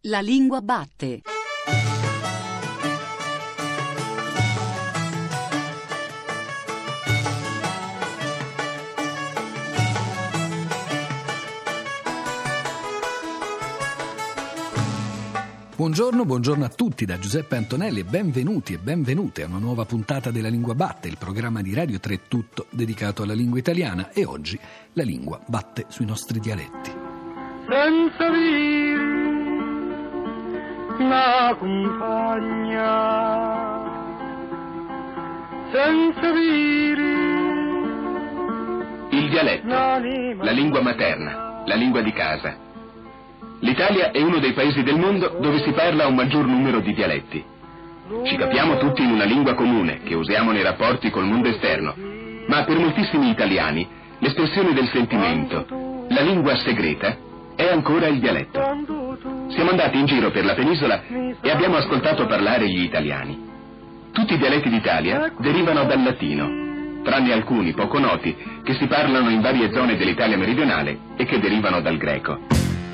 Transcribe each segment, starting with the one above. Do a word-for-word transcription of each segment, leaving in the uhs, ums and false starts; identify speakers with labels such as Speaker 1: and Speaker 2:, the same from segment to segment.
Speaker 1: La lingua batte.
Speaker 2: Buongiorno, buongiorno a tutti da Giuseppe Antonelli e benvenuti e benvenute a una nuova puntata della Lingua Batte, il programma di Radio tre tutto dedicato alla lingua italiana, e oggi la lingua batte sui nostri dialetti.
Speaker 3: Senza viri la compagna, senza viri
Speaker 4: il dialetto, la lingua materna, la lingua di casa. L'Italia è uno dei paesi del mondo dove si parla un maggior numero di dialetti. Ci capiamo tutti in una lingua comune che usiamo nei rapporti col mondo esterno, ma per moltissimi italiani l'espressione del sentimento, la lingua segreta, è ancora il dialetto. Siamo andati in giro per la penisola e abbiamo ascoltato parlare gli italiani. Tutti i dialetti d'Italia derivano dal latino, tranne alcuni poco noti che si parlano in varie zone dell'Italia meridionale e che derivano dal greco.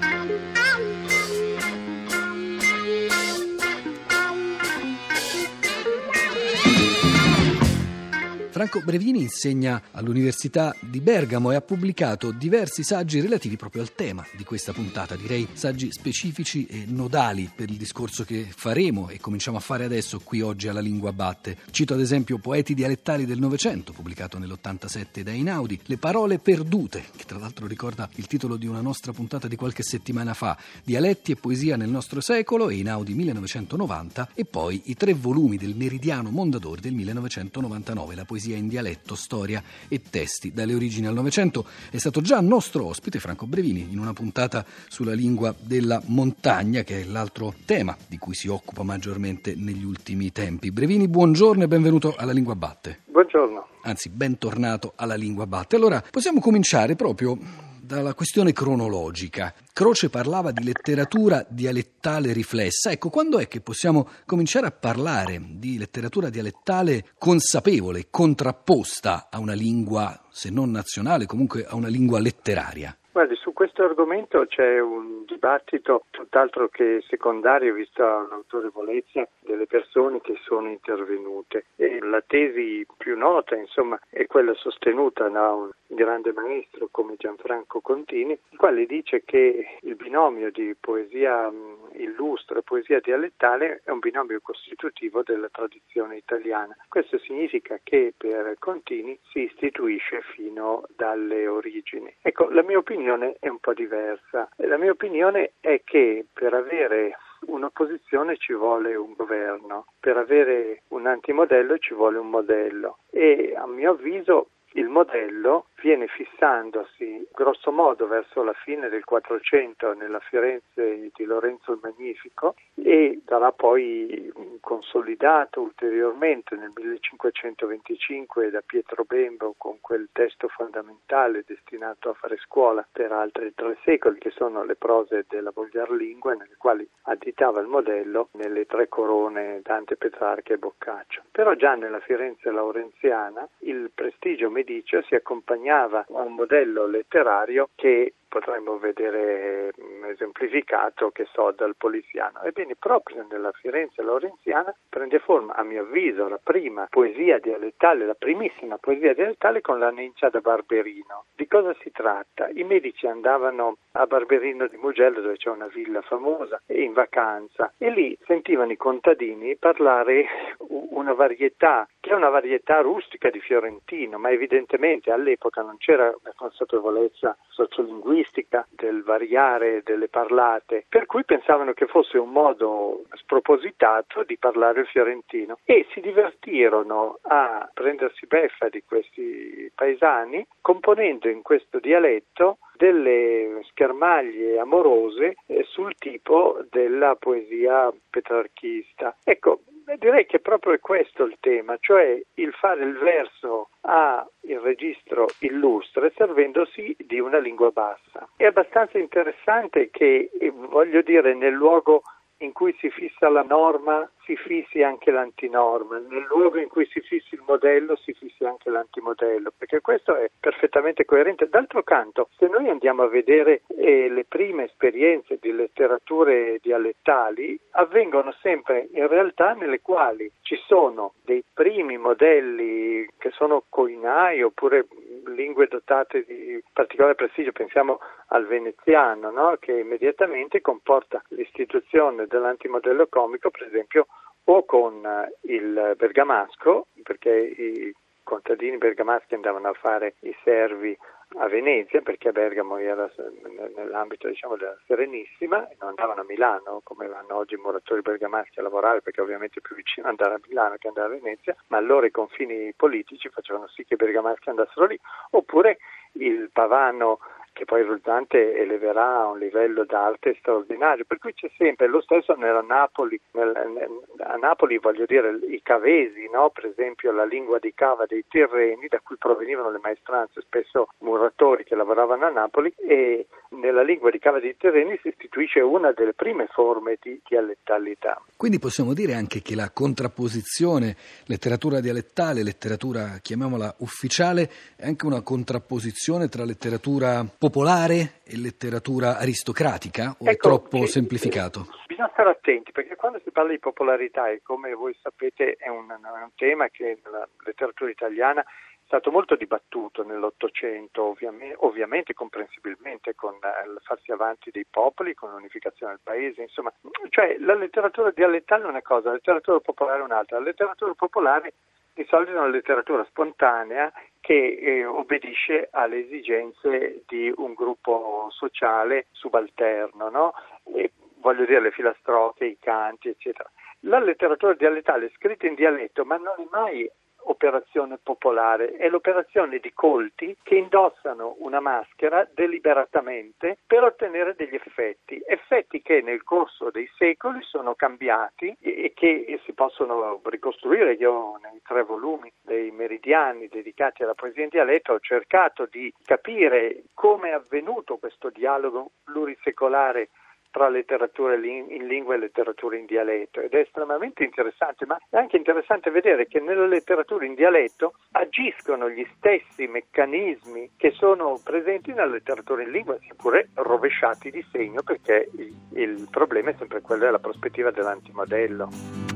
Speaker 2: Franco Brevini insegna all'Università di Bergamo e ha pubblicato diversi saggi relativi proprio al tema di questa puntata, direi saggi specifici e nodali per il discorso che faremo e cominciamo a fare adesso qui oggi alla Lingua Batte. Cito ad esempio Poeti dialettali del Novecento, pubblicato nell'ottantasette da Einaudi, Le parole perdute, che tra l'altro ricorda il titolo di una nostra puntata di qualche settimana fa, Dialetti e poesia nel nostro secolo, Einaudi millenovecentonovanta, e poi i tre volumi del Meridiano Mondadori del millenovecentonovantanove, la poesia in dialetto, storia e testi dalle origini al Novecento. È stato già nostro ospite Franco Brevini in una puntata sulla lingua della montagna, che è l'altro tema di cui si occupa maggiormente negli ultimi tempi. Brevini, buongiorno e benvenuto alla Lingua Batte.
Speaker 3: Buongiorno.
Speaker 2: Anzi, bentornato alla Lingua Batte. Allora, possiamo cominciare proprio dalla questione cronologica. Croce parlava di letteratura dialettale riflessa. Ecco, quando è che possiamo cominciare a parlare di letteratura dialettale consapevole, contrapposta a una lingua, se non nazionale, comunque a una lingua letteraria?
Speaker 3: Guardi, su questo argomento c'è un dibattito tutt'altro che secondario, vista l'autorevolezza delle persone che sono intervenute. E la tesi più nota, insomma, è quella sostenuta da un grande maestro come Gianfranco Contini, il quale dice che il binomio di poesia illustre e poesia dialettale è un binomio costitutivo della tradizione italiana. Questo significa che per Contini si istituisce fino dalle origini. Ecco, la mia opinione è un po' diversa. La mia opinione è che per avere un'opposizione ci vuole un governo, per avere un antimodello ci vuole un modello, e a mio avviso il modello viene fissandosi grosso modo verso la fine del Quattrocento nella Firenze di Lorenzo il Magnifico e sarà poi consolidato ulteriormente nel millecinquecentoventicinque da Pietro Bembo con quel testo fondamentale destinato a fare scuola per altri tre secoli, che sono le prose della Volgarlingua, nelle quali additava il modello nelle tre corone Dante, Petrarca e Boccaccio. Però già nella Firenze laurenziana il prestigio mediceo si accompagnava a un modello letterario che potremmo vedere esemplificato, che so, dal Poliziano. Ebbene, proprio nella Firenze laurenziana prende forma, a mio avviso, la prima poesia dialettale, la primissima poesia dialettale con la Nencia da Barberino. Di cosa si tratta? I medici andavano a Barberino di Mugello, dove c'è una villa famosa, in vacanza, e lì sentivano i contadini parlare una varietà, che è una varietà rustica di fiorentino, ma evidentemente all'epoca non c'era la consapevolezza sociolinguistica del variare delle parlate, per cui pensavano che fosse un modo spropositato di parlare il fiorentino, e si divertirono a prendersi beffa di questi paesani componendo in questo dialetto delle schermaglie amorose eh, sul tipo della poesia petrarchista. Ecco, direi che proprio è questo il tema, cioè il fare il verso a il registro illustre servendosi di una lingua bassa. È abbastanza interessante che, voglio dire, nel luogo in cui si fissa la norma si fissi anche l'antinorma, nel luogo in cui si fissi il modello si fissi anche l'antimodello, perché questo è perfettamente coerente. D'altro canto, se noi andiamo a vedere eh, le prime esperienze di letterature dialettali, avvengono sempre in realtà nelle quali ci sono dei primi modelli che sono coinai oppure lingue dotate di particolare prestigio, pensiamo al veneziano, no? Che immediatamente comporta l'istituzione dell'antimodello comico, per esempio, o con il bergamasco, perché i contadini bergamaschi andavano a fare i servi a Venezia, perché Bergamo era nell'ambito, diciamo, della Serenissima, e non andavano a Milano come vanno oggi i muratori bergamaschi a lavorare, perché ovviamente è più vicino andare a Milano che andare a Venezia, ma allora i confini politici facevano sì che i bergamaschi andassero lì. Oppure il pavano, che poi risultante eleverà a un livello d'arte straordinario, per cui c'è sempre lo stesso nella Napoli, nel, nel, a Napoli voglio dire i cavesi, no? Per esempio la lingua di cava dei Tirreni, da cui provenivano le maestranze, spesso muratori che lavoravano a Napoli, e nella lingua di cava dei Tirreni si istituisce una delle prime forme di dialettalità.
Speaker 2: Quindi possiamo dire anche che la contrapposizione letteratura dialettale, letteratura chiamiamola ufficiale, è anche una contrapposizione tra letteratura popolare e letteratura aristocratica, o ecco, è troppo sì, semplificato?
Speaker 3: Bisogna stare attenti, perché quando si parla di popolarità, e come voi sapete è un, è un tema che nella letteratura italiana è stato molto dibattuto nell'Ottocento, ovviamente, ovviamente comprensibilmente con il farsi avanti dei popoli, con l'unificazione del paese, insomma, cioè la letteratura dialettale è una cosa, la letteratura popolare è un'altra. La letteratura popolare di solito è una letteratura spontanea che eh, obbedisce alle esigenze di un gruppo sociale subalterno, no? E, voglio dire, le filastrocche, i canti, eccetera. La letteratura dialettale è scritta in dialetto, ma non è mai operazione popolare, è l'operazione di colti che indossano una maschera deliberatamente per ottenere degli effetti, effetti che nel corso dei secoli sono cambiati e che si possono ricostruire. Io nei tre volumi dei Meridiani dedicati alla poesia in dialetto ho cercato di capire come è avvenuto questo dialogo plurisecolare tra letteratura in lingua e letteratura in dialetto, ed è estremamente interessante, ma è anche interessante vedere che nella letteratura in dialetto agiscono gli stessi meccanismi che sono presenti nella letteratura in lingua, seppure rovesciati di segno, perché il, il problema è sempre quello della prospettiva dell'antimodello.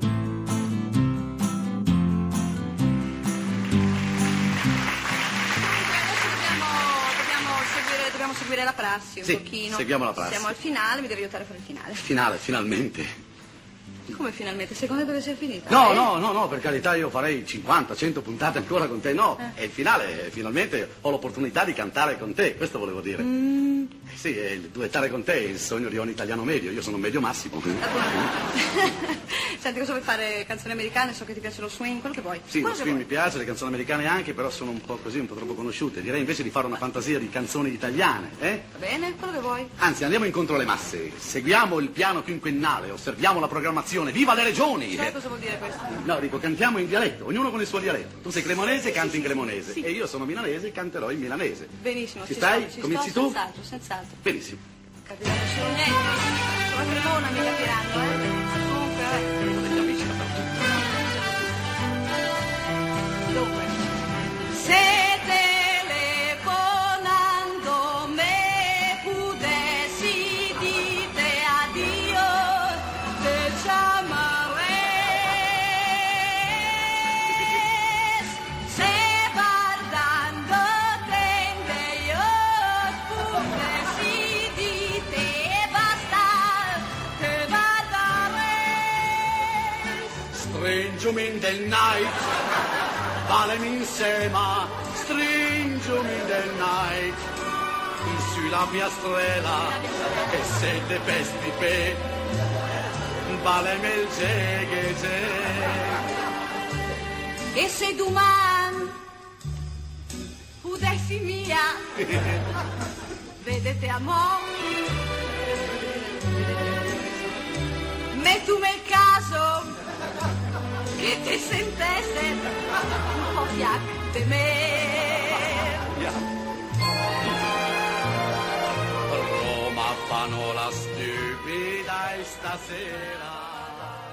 Speaker 1: Dobbiamo seguire la prassi un
Speaker 5: sì,
Speaker 1: pochino.
Speaker 5: Seguiamo la prassi.
Speaker 1: Siamo al finale, mi devi aiutare a fare il finale.
Speaker 5: Finale, finalmente.
Speaker 1: Come finalmente? Secondo te dove sia finita?
Speaker 5: No,
Speaker 1: eh?
Speaker 5: no, no, no, per carità, io farei cinquanta, cento puntate ancora con te. No, eh. È il finale, finalmente ho l'opportunità di cantare con te, questo volevo dire. Mm. Eh sì, è il duettare con te è il sogno di ogni italiano medio, io sono medio massimo.
Speaker 1: Senti, cosa vuoi fare? Canzoni americane? So che ti piace lo swing, quello che vuoi.
Speaker 5: Sì,
Speaker 1: quello
Speaker 5: lo swing mi piace, le canzoni americane anche, però sono un po' così, un po' troppo conosciute. Direi invece di fare una fantasia di canzoni italiane, eh?
Speaker 1: Va bene, quello che vuoi.
Speaker 5: Anzi, andiamo incontro alle masse, seguiamo il piano quinquennale, osserviamo la programmazione, viva le regioni!
Speaker 1: Sai cosa vuol dire questo?
Speaker 5: No, dico, cantiamo in dialetto, ognuno con il suo dialetto. Tu sei cremonese, canti in cremonese,
Speaker 1: sì.
Speaker 5: E io sono milanese e canterò in milanese.
Speaker 1: Benissimo,
Speaker 5: ci,
Speaker 1: ci
Speaker 5: stai?
Speaker 1: Sto, ci
Speaker 5: Cominci
Speaker 1: sto,
Speaker 5: tu?
Speaker 1: Senz'altro, senz'altro.
Speaker 5: Benissimo.
Speaker 1: Capiranno solo niente. Sono Cremona, mi capiranno, eh. Comunque, vabbè.
Speaker 5: Sono degli amici dappertutto.
Speaker 1: Dunque. Se telefonando me pudessi dite addio, te chiamarei. Se guardando te in dei pudessi dite basta, te guardarei.
Speaker 5: Stringiumi in the night, valemi insieme, stringiumi in the night, sulla piastrella, e se te pesti pe, valemi il geghe
Speaker 1: E se domani pudessi mia, vedete amore, mettume il caso che ti sentesse un po' fiac di me.
Speaker 5: Roma fanno la stupida stasera.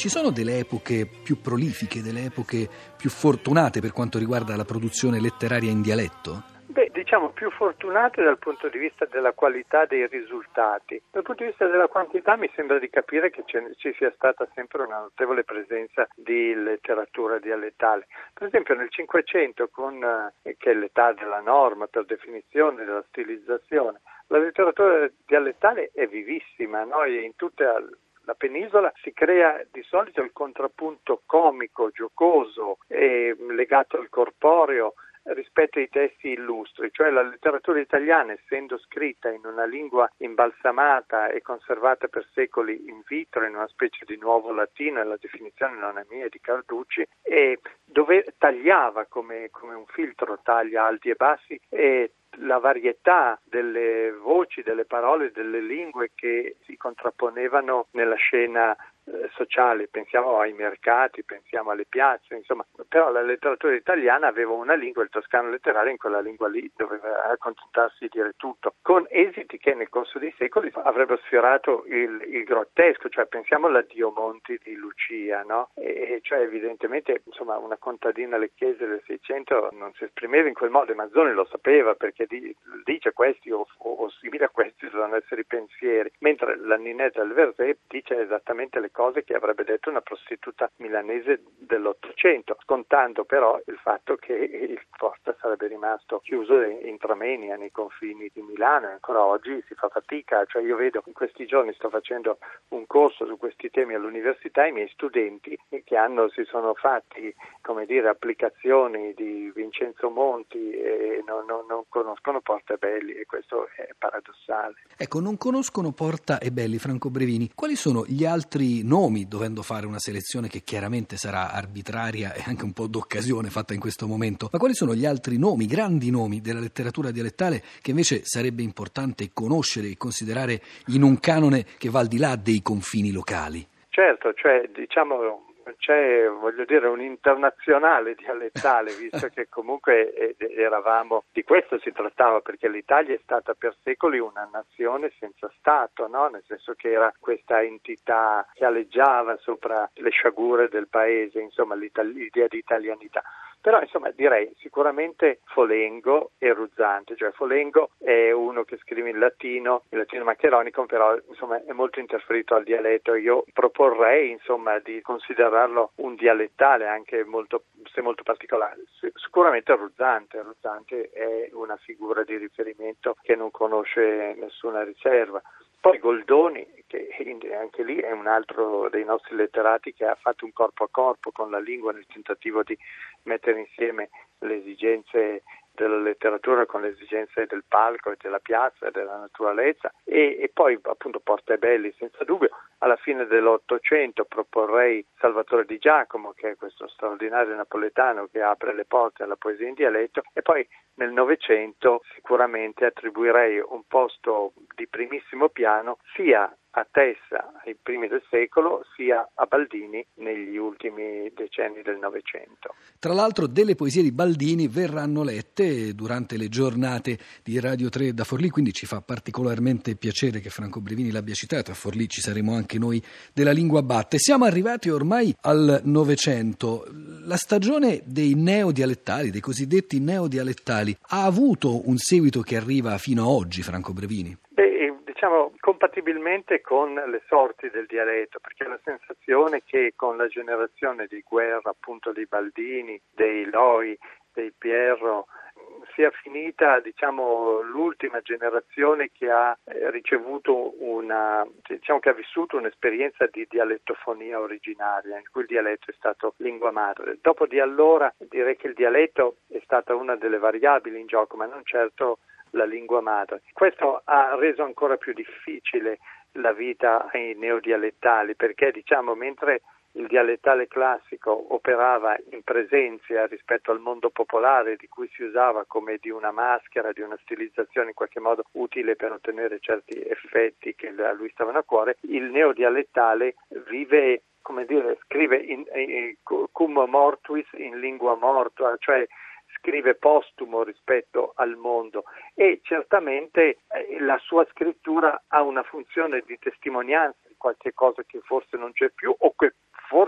Speaker 2: Ci sono delle epoche più prolifiche, delle epoche più fortunate per quanto riguarda la produzione letteraria in dialetto?
Speaker 3: Beh, diciamo più fortunate dal punto di vista della qualità dei risultati. Dal punto di vista della quantità mi sembra di capire che ci sia stata sempre una notevole presenza di letteratura dialettale. Per esempio nel Cinquecento, con, eh, che è l'età della norma per definizione, della stilizzazione, la letteratura dialettale è vivissima, no? E in tutta la penisola si crea di solito il contrappunto comico, giocoso, eh, legato al corporeo, rispetto ai testi illustri, cioè la letteratura italiana, essendo scritta in una lingua imbalsamata e conservata per secoli in vitro, in una specie di nuovo latino, e la definizione non è mia, è di Carducci, e dove tagliava come, come un filtro, taglia alti e bassi, e la varietà delle voci, delle parole, delle lingue che si contrapponevano nella scena eh, sociale, pensiamo ai mercati, pensiamo alle piazze, insomma, però la letteratura italiana aveva una lingua, il toscano letterario in quella lingua lì doveva accontentarsi di dire tutto, con esiti che nel corso dei secoli avrebbero sfiorato il, il grottesco, cioè pensiamo all'Addio Monti di Lucia, no? E cioè evidentemente insomma una contadina lecchese del Seicento non si esprimeva in quel modo, e Manzoni lo sapeva perché dice questi o, o, o simili a questi devono essere i pensieri, mentre la Ninetta del Verzé dice esattamente le cose che avrebbe detto una prostituta milanese dell'Ottocento, scontando però il fatto che il Costa sarebbe rimasto chiuso in Tramenia, nei confini di Milano, e ancora oggi si fa fatica. Cioè io vedo in questi giorni, sto facendo un corso su questi temi all'università, i miei studenti che hanno si sono fatti, come dire, applicazioni di Vincenzo Monti e non, non, non conoscono Porta e Belli, e questo è paradossale.
Speaker 2: Ecco, non conoscono Porta e Belli, Franco Brevini. Quali sono gli altri nomi, dovendo fare una selezione che chiaramente sarà arbitraria e anche un po' d'occasione fatta in questo momento, ma quali sono gli altri nomi, grandi nomi della letteratura dialettale che invece sarebbe importante conoscere e considerare in un canone che va al di là dei confini locali?
Speaker 3: Certo, cioè diciamo c'è, voglio dire, un internazionale dialettale, visto che comunque eravamo, di questo si trattava, perché l'Italia è stata per secoli una nazione senza Stato, no? Nel senso che era questa entità che aleggiava sopra le sciagure del paese, insomma l'idea di italianità. Però insomma direi sicuramente Folengo e Ruzzante, cioè Folengo è uno che scrive in latino, in latino maccheronico, però insomma è molto interferito al dialetto. Io proporrei insomma di considerarlo un dialettale anche molto, se molto particolare. Sicuramente Ruzzante, Ruzzante è una figura di riferimento che non conosce nessuna riserva. Poi Goldoni, che anche lì è un altro dei nostri letterati che ha fatto un corpo a corpo con la lingua nel tentativo di mettere insieme le esigenze della letteratura con le esigenze del palco e della piazza e della naturalezza, e, e poi appunto Porta e Belli senza dubbio. Alla fine dell'Ottocento proporrei Salvatore Di Giacomo, che è questo straordinario napoletano che apre le porte alla poesia in dialetto, e poi nel Novecento sicuramente attribuirei un posto di primissimo piano sia a Tessa ai primi del secolo sia a Baldini negli ultimi decenni del Novecento.
Speaker 2: Tra l'altro delle poesie di Baldini verranno lette durante le giornate di Radio tre da Forlì, quindi ci fa particolarmente piacere che Franco Brevini l'abbia citato. A Forlì ci saremo anche noi della Lingua Batte. Siamo arrivati ormai al Novecento. La stagione dei neodialettali, dei cosiddetti neodialettali, ha avuto un seguito che arriva fino a oggi, Franco Brevini?
Speaker 3: Beh, diciamo compatibilmente con le sorti del dialetto, perché la sensazione che con la generazione di guerra appunto dei Baldini, dei Loi, dei Pierro sia finita, diciamo, l'ultima generazione che ha eh, ricevuto una, diciamo che ha vissuto un'esperienza di dialettofonia originaria, in cui il dialetto è stato lingua madre. Dopo di allora direi che il dialetto è stata una delle variabili in gioco, ma non certo la lingua madre. Questo ha reso ancora più difficile la vita ai neodialettali, perché diciamo mentre il dialettale classico operava in presenza rispetto al mondo popolare, di cui si usava come di una maschera, di una stilizzazione in qualche modo utile per ottenere certi effetti che a lui stavano a cuore, il neodialettale vive, come dire, scrive in, in, cum mortuis in lingua mortua, cioè scrive postumo rispetto al mondo, e certamente eh, la sua scrittura ha una funzione di testimonianza di qualche cosa che forse non c'è più o che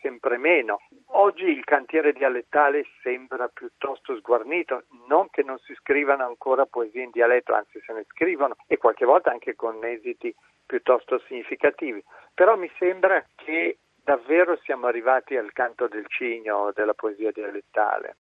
Speaker 3: sempre meno. Oggi il cantiere dialettale sembra piuttosto sguarnito, non che non si scrivano ancora poesie in dialetto, anzi se ne scrivono e qualche volta anche con esiti piuttosto significativi, però mi sembra che davvero siamo arrivati al canto del cigno della poesia dialettale.